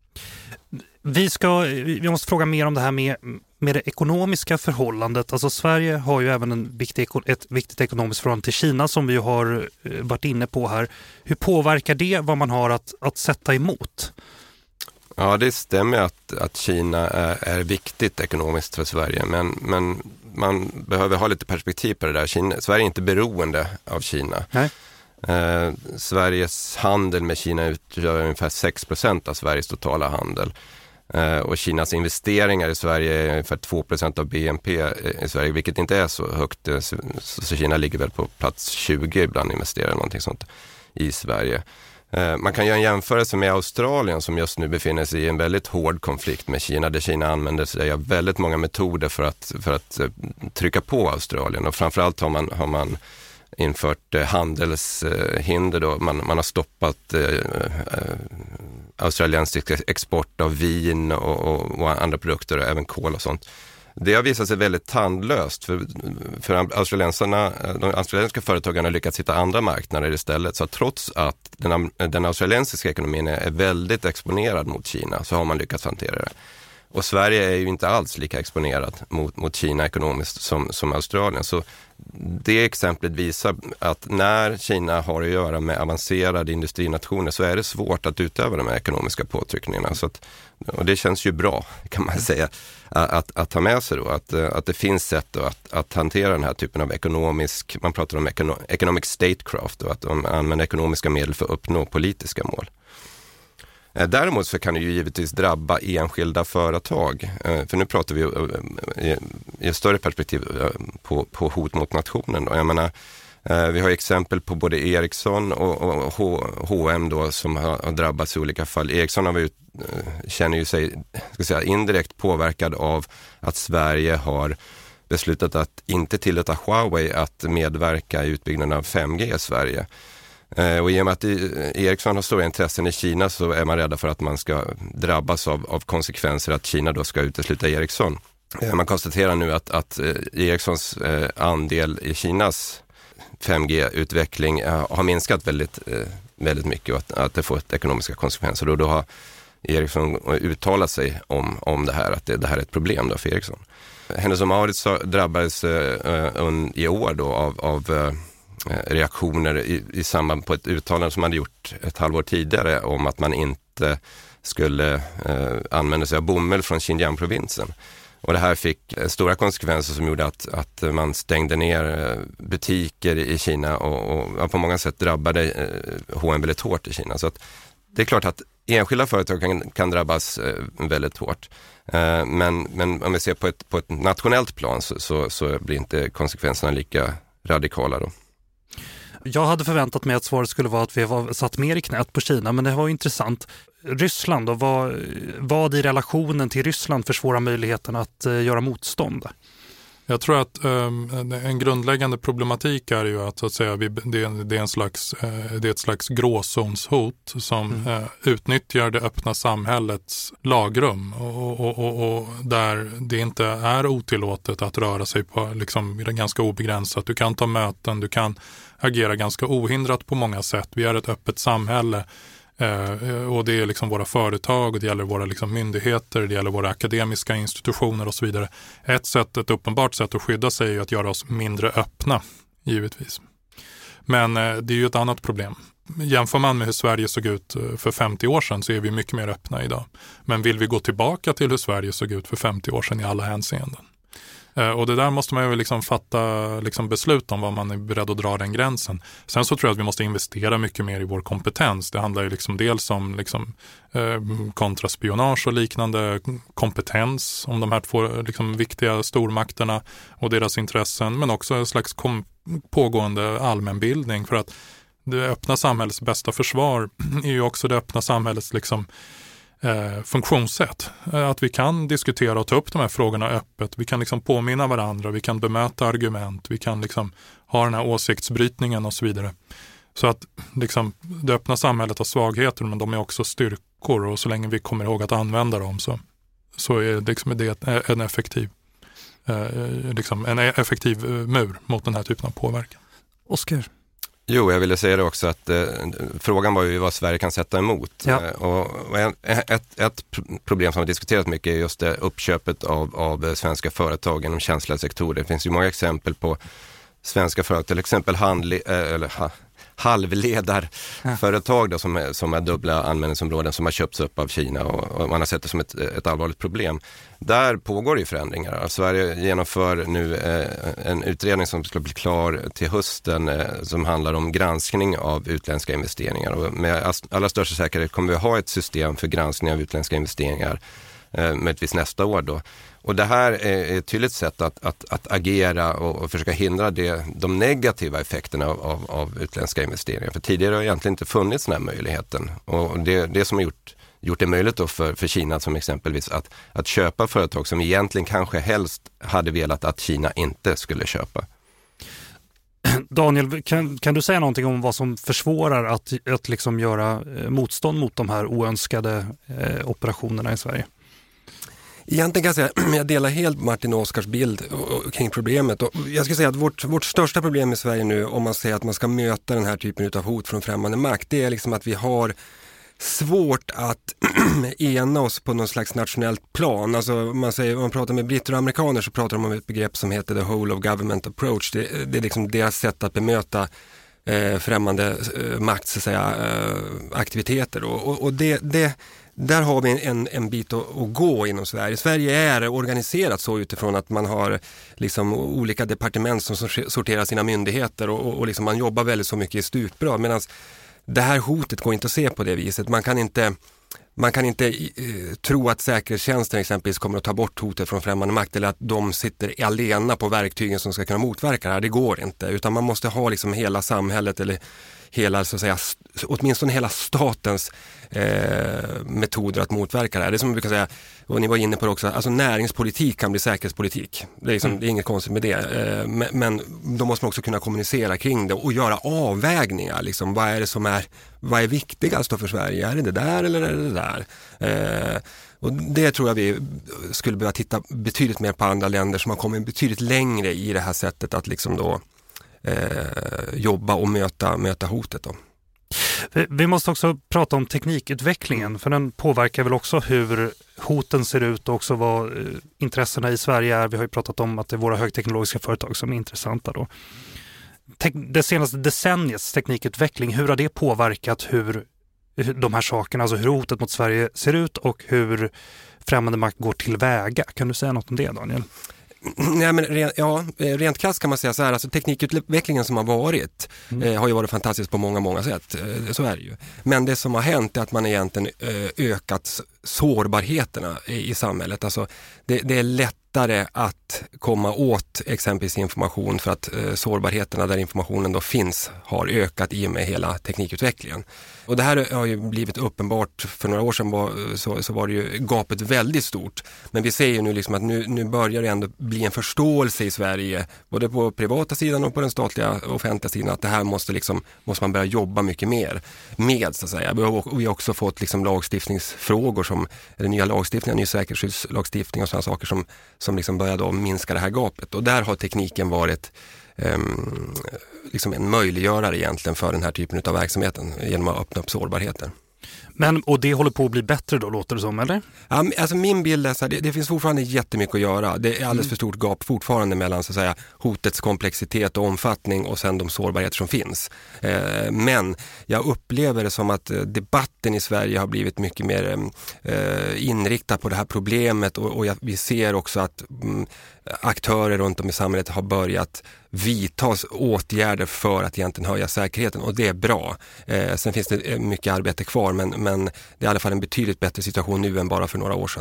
Speaker 1: Vi, ska, vi måste fråga mer om det här med, med det ekonomiska förhållandet. Alltså Sverige har ju även en viktig, ett viktigt ekonomiskt förhållande till Kina som vi har varit inne på här. Hur påverkar det vad man har att, att sätta emot?
Speaker 4: Ja, det stämmer att, att Kina är, är viktigt ekonomiskt för Sverige, men, men man behöver ha lite perspektiv på det där. Kina, Sverige är inte beroende av Kina. Nej. Eh, Sveriges handel med Kina utgör ungefär sex procent av Sveriges totala handel. Eh, och Kinas investeringar i Sverige är ungefär två procent av B N P i Sverige, vilket inte är så högt. Så, så Kina ligger väl på plats tjugo ibland investerar någonting sånt i Sverige. Man kan göra en jämförelse med Australien som just nu befinner sig i en väldigt hård konflikt med Kina, där Kina använder sig av väldigt många metoder för att, för att trycka på Australien. Och framförallt har man, har man infört handelshinder då. Man, man har stoppat eh, australiensisk export av vin och, och, och andra produkter, och även kol och sånt. Det har visat sig väldigt tandlöst för, för australiensarna, de australienska företagen har lyckats hitta andra marknader istället. Så trots att den, den australiensiska ekonomin är väldigt exponerad mot Kina, så har man lyckats hantera det. Och Sverige är ju inte alls lika exponerat mot, mot Kina ekonomiskt som, som Australien. Så det exemplet visar att när Kina har att göra med avancerade industrinationer så är det svårt att utöva de här ekonomiska påtryckningarna. Så att, och det känns ju bra, kan man säga, att, att ta med sig då. Att, att det finns sätt att, att hantera den här typen av ekonomisk, man pratar om ekono, economic statecraft, och att de använder ekonomiska medel för att uppnå politiska mål. Däremot så kan det ju givetvis drabba enskilda företag. För nu pratar vi i ett större perspektiv på, på hot mot nationen. Jag menar, vi har exempel på både Ericsson och H och M då, som har drabbats i olika fall. Ericsson har vi, känner ju sig ska säga, indirekt påverkad av att Sverige har beslutat att inte tillåta Huawei att medverka i utbyggnaden av fem G i Sverige. Och i och med att Ericsson har stora intressen i Kina så är man rädda för att man ska drabbas av, av konsekvenser att Kina då ska utesluta Ericsson. Man konstaterar nu att, att Ericssons andel i Kinas fem G-utveckling har minskat väldigt, väldigt mycket, och att, att det får ett ekonomiska konsekvenser. Och då har Ericsson uttalat sig om, om det här, att det, det här är ett problem då för Ericsson. Hennes och Mauritz drabbades uh, i år då av, av reaktioner i, i samband på ett uttalande som man hade gjort ett halvår tidigare om att man inte skulle eh, använda sig av bomull från Xinjiang-provinsen. Och det här fick eh, stora konsekvenser som gjorde att, att man stängde ner eh, butiker i Kina, och, och ja, på många sätt drabbade eh, H och M väldigt hårt i Kina. Så att det är klart att enskilda företag kan, kan drabbas eh, väldigt hårt. Eh, men, men om vi ser på ett, på ett nationellt plan så, så, så blir inte konsekvenserna lika radikala då.
Speaker 1: Jag hade förväntat mig att svaret skulle vara att vi var satt mer i knät på Kina, men det var intressant. Ryssland då, vad, vad i relationen till Ryssland försvårar möjligheten att uh, göra motstånd?
Speaker 3: Jag tror att um, en grundläggande problematik är ju att, så att säga, vi, det, det, är en slags, uh, det är ett slags gråzonshot som mm. uh, utnyttjar det öppna samhällets lagrum, och, och, och, och där det inte är otillåtet att röra sig på liksom, ganska obegränsat. Du kan ta möten, du kan agera ganska ohindrat på många sätt. Vi är ett öppet samhälle. Uh, och det är liksom våra företag, och det gäller våra liksom myndigheter, det gäller våra akademiska institutioner och så vidare. Ett sätt, ett uppenbart sätt att skydda sig är att göra oss mindre öppna, givetvis. Men uh, det är ju ett annat problem. Jämför man med hur Sverige såg ut för femtio år sedan så är vi mycket mer öppna idag. Men vill vi gå tillbaka till hur Sverige såg ut för femtio år sedan i alla hänseenden? Och det där måste man ju liksom fatta liksom beslut om, vad man är beredd att dra den gränsen. Sen så tror jag att vi måste investera mycket mer i vår kompetens. Det handlar ju liksom dels om liksom, eh, kontraspionage och liknande kompetens om de här två liksom, viktiga stormakterna och deras intressen. Men också en slags kom- pågående allmänbildning, för att det öppna samhällets bästa försvar är ju också det öppna samhällets liksom eh, funktionssätt. Eh, att vi kan diskutera och ta upp de här frågorna öppet. Vi kan liksom påminna varandra, vi kan bemöta argument, vi kan liksom ha den här åsiktsbrytningen och så vidare. Så att liksom, det öppna samhället har svagheter, men de är också styrkor, och så länge vi kommer ihåg att använda dem så, så är liksom det en effektiv, eh, liksom en effektiv mur mot den här typen av påverkan.
Speaker 1: Oskar?
Speaker 4: Jo, jag ville säga det också att eh, frågan var ju vad Sverige kan sätta emot.
Speaker 1: Ja.
Speaker 4: Eh, och och en, ett, ett problem som har diskuterats mycket är just det uppköpet av, av svenska företag inom känsliga sektorer. Det finns ju många exempel på svenska företag, till exempel handli, eh, eller, ha, halvledarföretag då, som, är, som är dubbla användningsområden som har köpts upp av Kina, och, och man har sett det som ett, ett allvarligt problem. Där pågår ju förändringar. Sverige genomför nu eh, en utredning som ska bli klar till hösten eh, som handlar om granskning av utländska investeringar. Och med allra största säkerhet kommer vi ha ett system för granskning av utländska investeringar eh, möjligtvis nästa år då. Och det här är ett tydligt sätt att, att, att agera och, och försöka hindra det, de negativa effekterna av, av, av utländska investeringar. För tidigare har egentligen inte funnits den här möjligheten. Och det, det som har gjort, gjort det möjligt då för, för Kina som exempelvis att, att köpa företag som egentligen kanske helst hade velat att Kina inte skulle köpa.
Speaker 1: Daniel, kan, kan du säga någonting om vad som försvårar att, att liksom göra motstånd mot de här oönskade eh, operationerna i Sverige?
Speaker 2: Egentligen kan jag säga att jag delar helt Martin och Oskars bild kring problemet. Och jag ska säga att vårt, vårt största problem i Sverige nu, om man säger att man ska möta den här typen av hot från främmande makt, det är liksom att vi har svårt att ena oss på någon slags nationellt plan. Alltså man säger, om man pratar med britter och amerikaner så pratar de om ett begrepp som heter the whole of government approach. Det, det är liksom deras sätt att bemöta eh, främmande eh, makt, så att säga, eh, aktiviteter. Och, och, och det... det Där har vi en, en bit att, att gå inom Sverige. Sverige är organiserat så utifrån att man har liksom olika departement som sorterar sina myndigheter, och, och liksom man jobbar väldigt så mycket i stuprör. Medan det här hotet går inte att se på det viset. Man kan inte, man kan inte uh, tro att säkerhetstjänsten exempelvis kommer att ta bort hotet från främmande makt, eller att de sitter alena på verktygen som ska kunna motverka det här. Det går inte, utan man måste ha liksom hela samhället, eller hela, så att säga, åtminstone hela statens eh, metoder att motverka det här. Det är som vi brukar säga, och ni var inne på det också, alltså näringspolitik kan bli säkerhetspolitik. Det är, liksom, mm. det är inget konstigt med det. Eh, men, men då måste man också kunna kommunicera kring det och göra avvägningar. Liksom, vad är det som är, vad är viktigast då för Sverige? Är det det där eller är det det där? Eh, och det tror jag vi skulle behöva titta betydligt mer på andra länder som har kommit betydligt längre i det här sättet att liksom då Eh, jobba och möta, möta hotet då.
Speaker 1: Vi måste också prata om teknikutvecklingen, för den påverkar väl också hur hoten ser ut och också vad eh, intressena i Sverige är. Vi har ju pratat om att det är våra högteknologiska företag som är intressanta då. Te- det senaste decenniets teknikutveckling, hur har det påverkat hur, hur de här sakerna, alltså hur hotet mot Sverige ser ut och hur främmande makt går tillväga? Kan du säga något om det, Daniel?
Speaker 2: Nej, men rent, ja, rent krasst kan man säga så här, alltså teknikutvecklingen som har varit mm. eh, har ju varit fantastisk på många, många sätt, eh, så är det ju. Men det som har hänt är att man egentligen eh, ökat sårbarheterna i, i samhället. Alltså det, det är lättare att komma åt exempelvis information för att eh, sårbarheterna där informationen då finns har ökat i och med hela teknikutvecklingen. Och det här har ju blivit uppenbart. För några år sedan var, så, så var det ju gapet väldigt stort. Men vi ser ju nu liksom att nu, nu börjar det ändå bli en förståelse i Sverige, både på privata sidan och på den statliga offentliga sidan, att det här måste, liksom, måste man börja jobba mycket mer med, så att säga. Vi har, vi har också fått liksom lagstiftningsfrågor som, eller nya lagstiftningar, ny säkerhetsskyddslagstiftning och sådana saker som, som liksom börjar då minska det här gapet. Och där har tekniken varit um, liksom en möjliggörare egentligen för den här typen av verksamheten genom att öppna upp sårbarheter.
Speaker 1: Men, och det håller på att bli bättre då, låter det som, eller?
Speaker 2: Ja, alltså min bild är så här, det, det finns fortfarande jättemycket att göra. Det är alldeles för stort gap fortfarande mellan, så att säga, hotets komplexitet och omfattning och sen de sårbarheter som finns. Eh, men jag upplever det som att debatten i Sverige har blivit mycket mer eh, inriktad på det här problemet, och, och jag, vi ser också att mm, aktörer runt om i samhället har börjat vidtas åtgärder för att egentligen höja säkerheten, och det är bra. Eh, sen finns det mycket arbete kvar, men, men det är i alla fall en betydligt bättre situation nu än bara för några år sedan.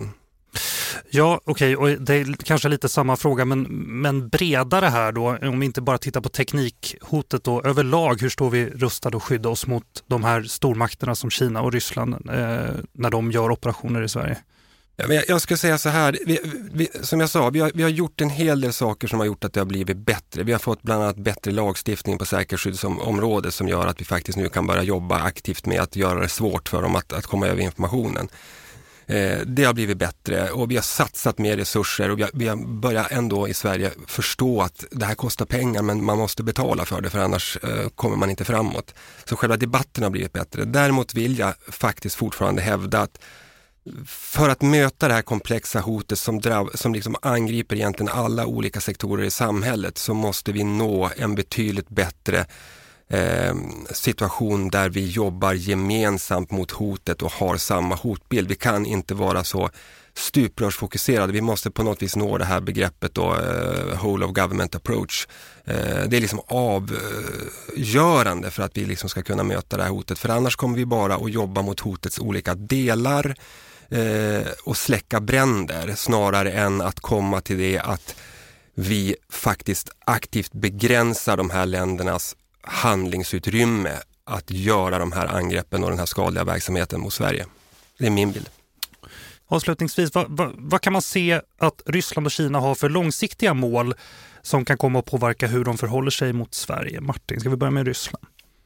Speaker 1: Ja, okej, okay. Och det är kanske lite samma fråga, men, men bredare här då, om vi inte bara tittar på teknikhotet då, överlag, hur står vi rustade och skydda oss mot de här stormakterna som Kina och Ryssland eh, när de gör operationer i Sverige?
Speaker 2: Ja, men jag, jag ska säga så här, vi, vi, som jag sa, vi har, vi har gjort en hel del saker som har gjort att det har blivit bättre. Vi har fått bland annat bättre lagstiftning på säkerhetsskyddsområdet som gör att vi faktiskt nu kan börja jobba aktivt med att göra det svårt för dem att, att komma över informationen. Det har blivit bättre och vi har satsat mer resurser och vi har, vi har börjat ändå i Sverige förstå att det här kostar pengar men man måste betala för det för annars eh, kommer man inte framåt. Så själva debatten har blivit bättre. Däremot vill jag faktiskt fortfarande hävda att för att möta det här komplexa hotet som, drav, som liksom angriper egentligen alla olika sektorer i samhället så måste vi nå en betydligt bättre Eh, situation där vi jobbar gemensamt mot hotet och har samma hotbild. Vi kan inte vara så stuprörsfokuserade. Vi måste på något vis nå det här begreppet då, eh, whole of government approach. Eh, det är liksom avgörande för att vi liksom ska kunna möta det här hotet. För annars kommer vi bara att jobba mot hotets olika delar eh, och släcka bränder snarare än att komma till det att vi faktiskt aktivt begränsar de här ländernas handlingsutrymme att göra de här angreppen och den här skadliga verksamheten mot Sverige. Det är min bild.
Speaker 1: Avslutningsvis, vad, vad, vad kan man se att Ryssland och Kina har för långsiktiga mål som kan komma att påverka hur de förhåller sig mot Sverige? Martin, ska vi börja med Ryssland?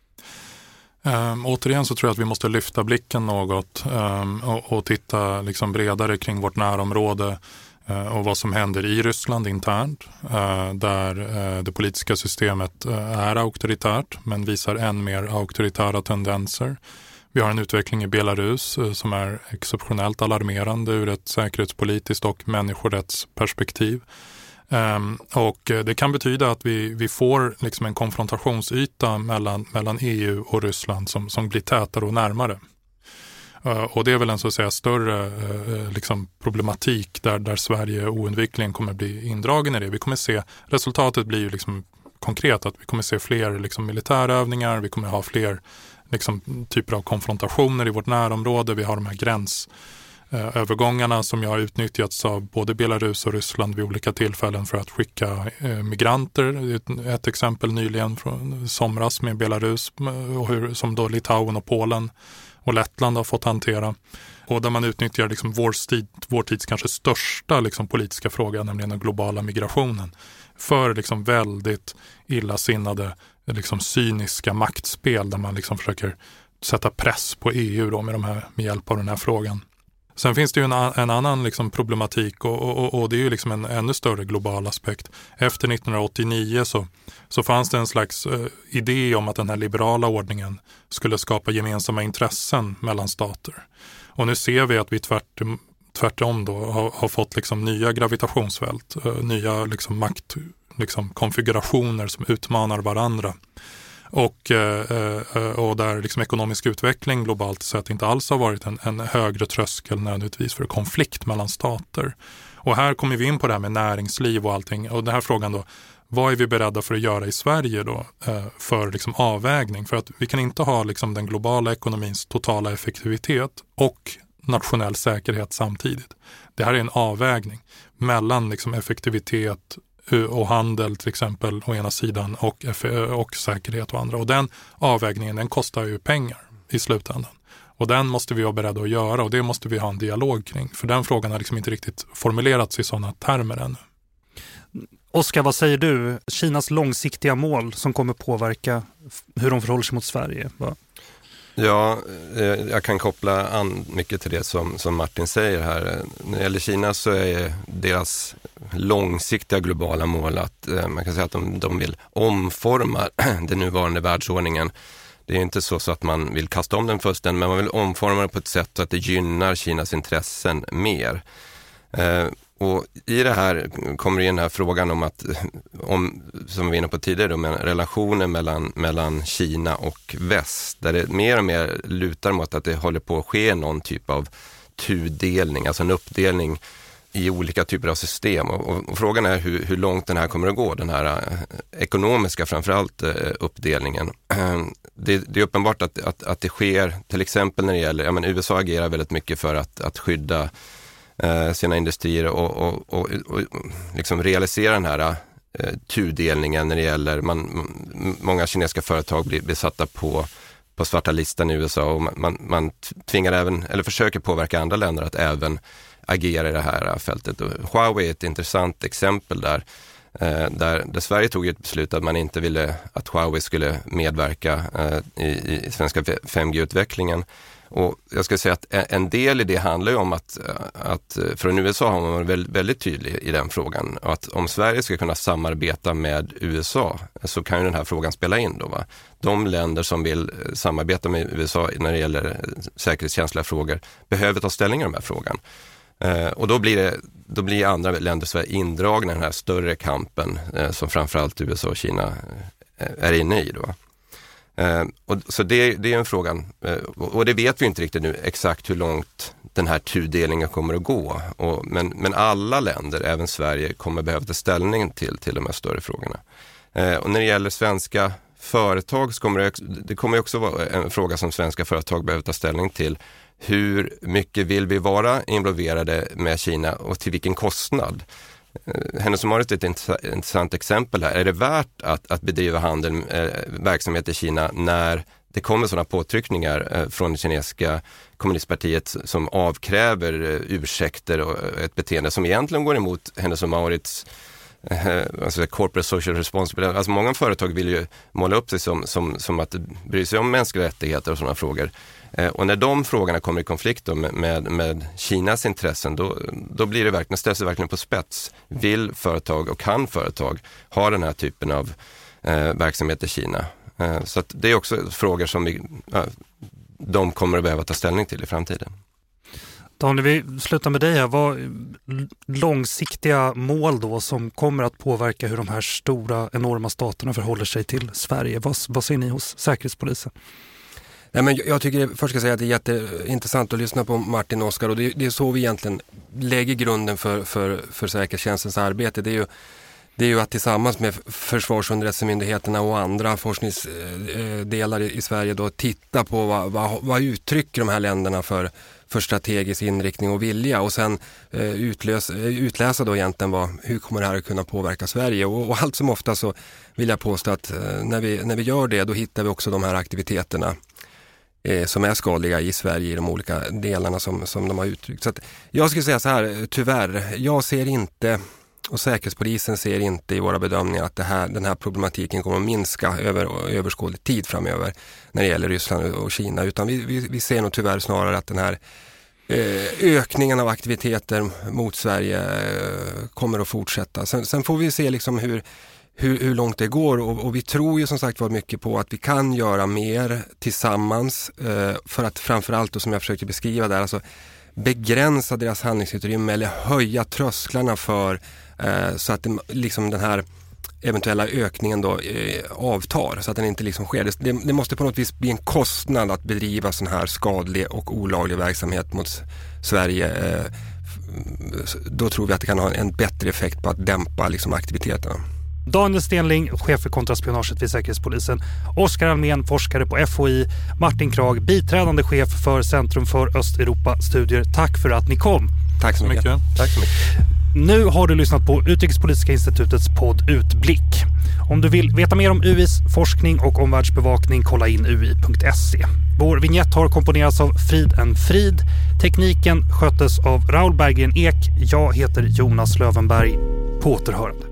Speaker 3: Um, återigen så tror jag att vi måste lyfta blicken något um, och, och titta liksom bredare kring vårt närområde och vad som händer i Ryssland internt, där det politiska systemet är auktoritärt men visar än mer auktoritära tendenser. Vi har en utveckling i Belarus som är exceptionellt alarmerande ur ett säkerhetspolitiskt och människorättsperspektiv. Och det kan betyda att vi, vi får liksom en konfrontationsyta mellan, mellan E U och Ryssland som, som blir tätare och närmare. Och det är väl en så att säga större eh, liksom problematik där, där Sverige oundvikligen kommer bli indragen i det. Vi kommer se, resultatet blir ju liksom konkret att vi kommer se fler liksom militärövningar, vi kommer ha fler liksom typer av konfrontationer i vårt närområde. Vi har de här gränsövergångarna eh, som jag har utnyttjats av både Belarus och Ryssland vid olika tillfällen för att skicka eh, migranter. Ett, ett exempel nyligen från somras med Belarus och hur, som då Litauen och Polen och Lettland har fått hantera. Och där man utnyttjar liksom vår, tid, vår tids kanske största liksom politiska fråga, nämligen den globala migrationen. För liksom väldigt illasinnade, liksom cyniska maktspel där man liksom försöker sätta press på E U då med, de här, med hjälp av den här frågan. Sen finns det ju en, en annan liksom problematik och, och, och det är ju liksom en ännu större global aspekt. Efter nittonhundraåttionio så, så fanns det en slags uh, idé om att den här liberala ordningen skulle skapa gemensamma intressen mellan stater. Och nu ser vi att vi tvärt, tvärtom då har, har fått liksom nya gravitationsfält, uh, nya liksom makt, liksom konfigurationer som utmanar varandra. Och, eh, och där liksom ekonomisk utveckling globalt sett inte alls har varit en, en högre tröskel nödvändigtvis för konflikt mellan stater. Och här kommer vi in på det här med näringsliv och allting. Och den här frågan då, vad är vi beredda för att göra i Sverige då eh, för liksom avvägning? För att vi kan inte ha liksom den globala ekonomins totala effektivitet och nationell säkerhet samtidigt. Det här är en avvägning mellan liksom effektivitet och handel till exempel å ena sidan och, och säkerhet å andra. Och den avvägningen, den kostar ju pengar i slutändan. Och den måste vi vara beredda att göra och det måste vi ha en dialog kring. För den frågan har liksom inte riktigt formulerats i sådana termer ännu.
Speaker 1: Oskar, vad säger du? Kinas långsiktiga mål som kommer påverka hur de förhåller sig mot Sverige? Va?
Speaker 4: Ja, jag kan koppla an mycket till det som, som Martin säger här. När det gäller Kina så är deras långsiktiga globala mål att man kan säga att de, de vill omforma den nuvarande världsordningen. Det är inte så, så att man vill kasta om den fullständigt, men man vill omforma det på ett sätt så att det gynnar Kinas intressen mer. Och i det här kommer in den här frågan om att, om, som vi var inne på tidigare, om relationen mellan, mellan Kina och väst, där det mer och mer lutar mot att det håller på att ske någon typ av tudelning, alltså en uppdelning i olika typer av system. Och, och, och frågan är hur, hur långt den här kommer att gå, den här eh, ekonomiska framförallt eh, uppdelningen. Det, det är uppenbart att, att, att det sker, till exempel när det gäller, ja men U S A agerar väldigt mycket för att, att skydda eh, sina industrier och, och, och, och liksom realisera den här eh, tudelningen när det gäller, man, m- många kinesiska företag blir besatta på på svarta listan i U S A och man, man, man tvingar även, eller försöker påverka andra länder att även agera i det här fältet. Och Huawei är ett intressant exempel där, eh, där, där Sverige tog ett beslut att man inte ville att Huawei skulle medverka eh, i, i svenska fem G-utvecklingen. Och jag ska säga att en del i det handlar ju om att, att från U S A har man varit väldigt, väldigt tydlig i den frågan. Och att om Sverige ska kunna samarbeta med U S A så kan ju den här frågan spela in då, va? De länder som vill samarbeta med U S A när det gäller säkerhetskänsliga frågor behöver ta ställning i den här frågan. Eh, och då blir, det, då blir andra länder så indragna i den här större kampen eh, som framförallt U S A och Kina eh, är inne i då. Uh, och, så det, det är en fråga uh, och det vet vi inte riktigt nu exakt hur långt den här tudelningen kommer att gå och, men, men alla länder, även Sverige, kommer behöva ta ställning till, till de här större frågorna. Uh, och när det gäller svenska företag så kommer det, det kommer också vara en fråga som svenska företag behöver ta ställning till. Hur mycket vill vi vara involverade med Kina och till vilken kostnad? Hennes och Mauritz är ett intressant exempel här. Är det värt att, att bedriva handel, eh, verksamhet i Kina när det kommer sådana påtryckningar eh, från det kinesiska kommunistpartiet som avkräver eh, ursäkter och ett beteende som egentligen går emot Hennes och Mauritz eh, alltså corporate social responsibility. Alltså många företag vill ju måla upp sig som, som, som att bry sig om mänskliga rättigheter och sådana frågor. Och när de frågorna kommer i konflikt då med, med, med Kinas intressen, då, då blir det verkligen, ställs det verkligen på spets. Vill företag och kan företag ha den här typen av eh, verksamhet i Kina? Eh, så att det är också frågor som vi, eh, de kommer att behöva ta ställning till i framtiden.
Speaker 1: Daniel, vi slutar med dig här. Vad långsiktiga mål då som kommer att påverka hur de här stora, enorma staterna förhåller sig till Sverige? Vad, vad ser ni hos Säkerhetspolisen?
Speaker 2: Nej, men jag tycker först ska jag säga att det är jätteintressant att lyssna på Martin och Oskar och det, det är så vi egentligen lägger grunden för, för, för säkerhetstjänstens arbete. Det är ju, det är ju att tillsammans med försvarsunderrättelsemyndigheterna och andra forskningsdelar i Sverige då titta på vad, vad, vad uttrycker de här länderna för, för strategisk inriktning och vilja och sen eh, utlös, utläsa då egentligen vad, hur kommer det här att kunna påverka Sverige och, och allt som ofta så vill jag påstå att eh, när, vi, när vi gör det då hittar vi också de här aktiviteterna som är skadliga i Sverige i de olika delarna som, som de har uttryckt. Så att jag skulle säga så här, tyvärr, jag ser inte och Säkerhetspolisen ser inte i våra bedömningar att det här, den här problematiken kommer att minska över överskådlig tid framöver när det gäller Ryssland och Kina, utan vi, vi, vi ser nog tyvärr snarare att den här eh, ökningen av aktiviteter mot Sverige eh, kommer att fortsätta. Sen, sen får vi se liksom hur Hur, hur långt det går och, och vi tror ju som sagt var mycket på att vi kan göra mer tillsammans eh, för att framförallt då, som jag försökte beskriva där, alltså begränsa deras handlingsutrymme eller höja trösklarna för eh, så att det, liksom den här eventuella ökningen då eh, avtar så att den inte liksom sker. Det, det måste på något vis bli en kostnad att bedriva sån här skadlig och olaglig verksamhet mot Sverige. Eh, då tror vi att det kan ha en bättre effekt på att dämpa liksom aktiviteterna.
Speaker 1: Daniel Stenling, chef för kontraspionaget vid Säkerhetspolisen, Oskar Almén, forskare på F O I, Martin Krag, biträdande chef för Centrum för Östeuropa-studier. Tack för att ni kom.
Speaker 2: Tack så mycket.
Speaker 4: Tack så mycket.
Speaker 1: Nu har du lyssnat på Utrikespolitiska institutets podd Utblick. Om du vill veta mer om U I:s forskning och omvärldsbevakning, kolla in u i punkt se. Vår vignett har komponerats av Frid en Frid. Tekniken sköttes av Raoul Berggren Ek. Jag heter Jonas Lövenberg. På återhörande.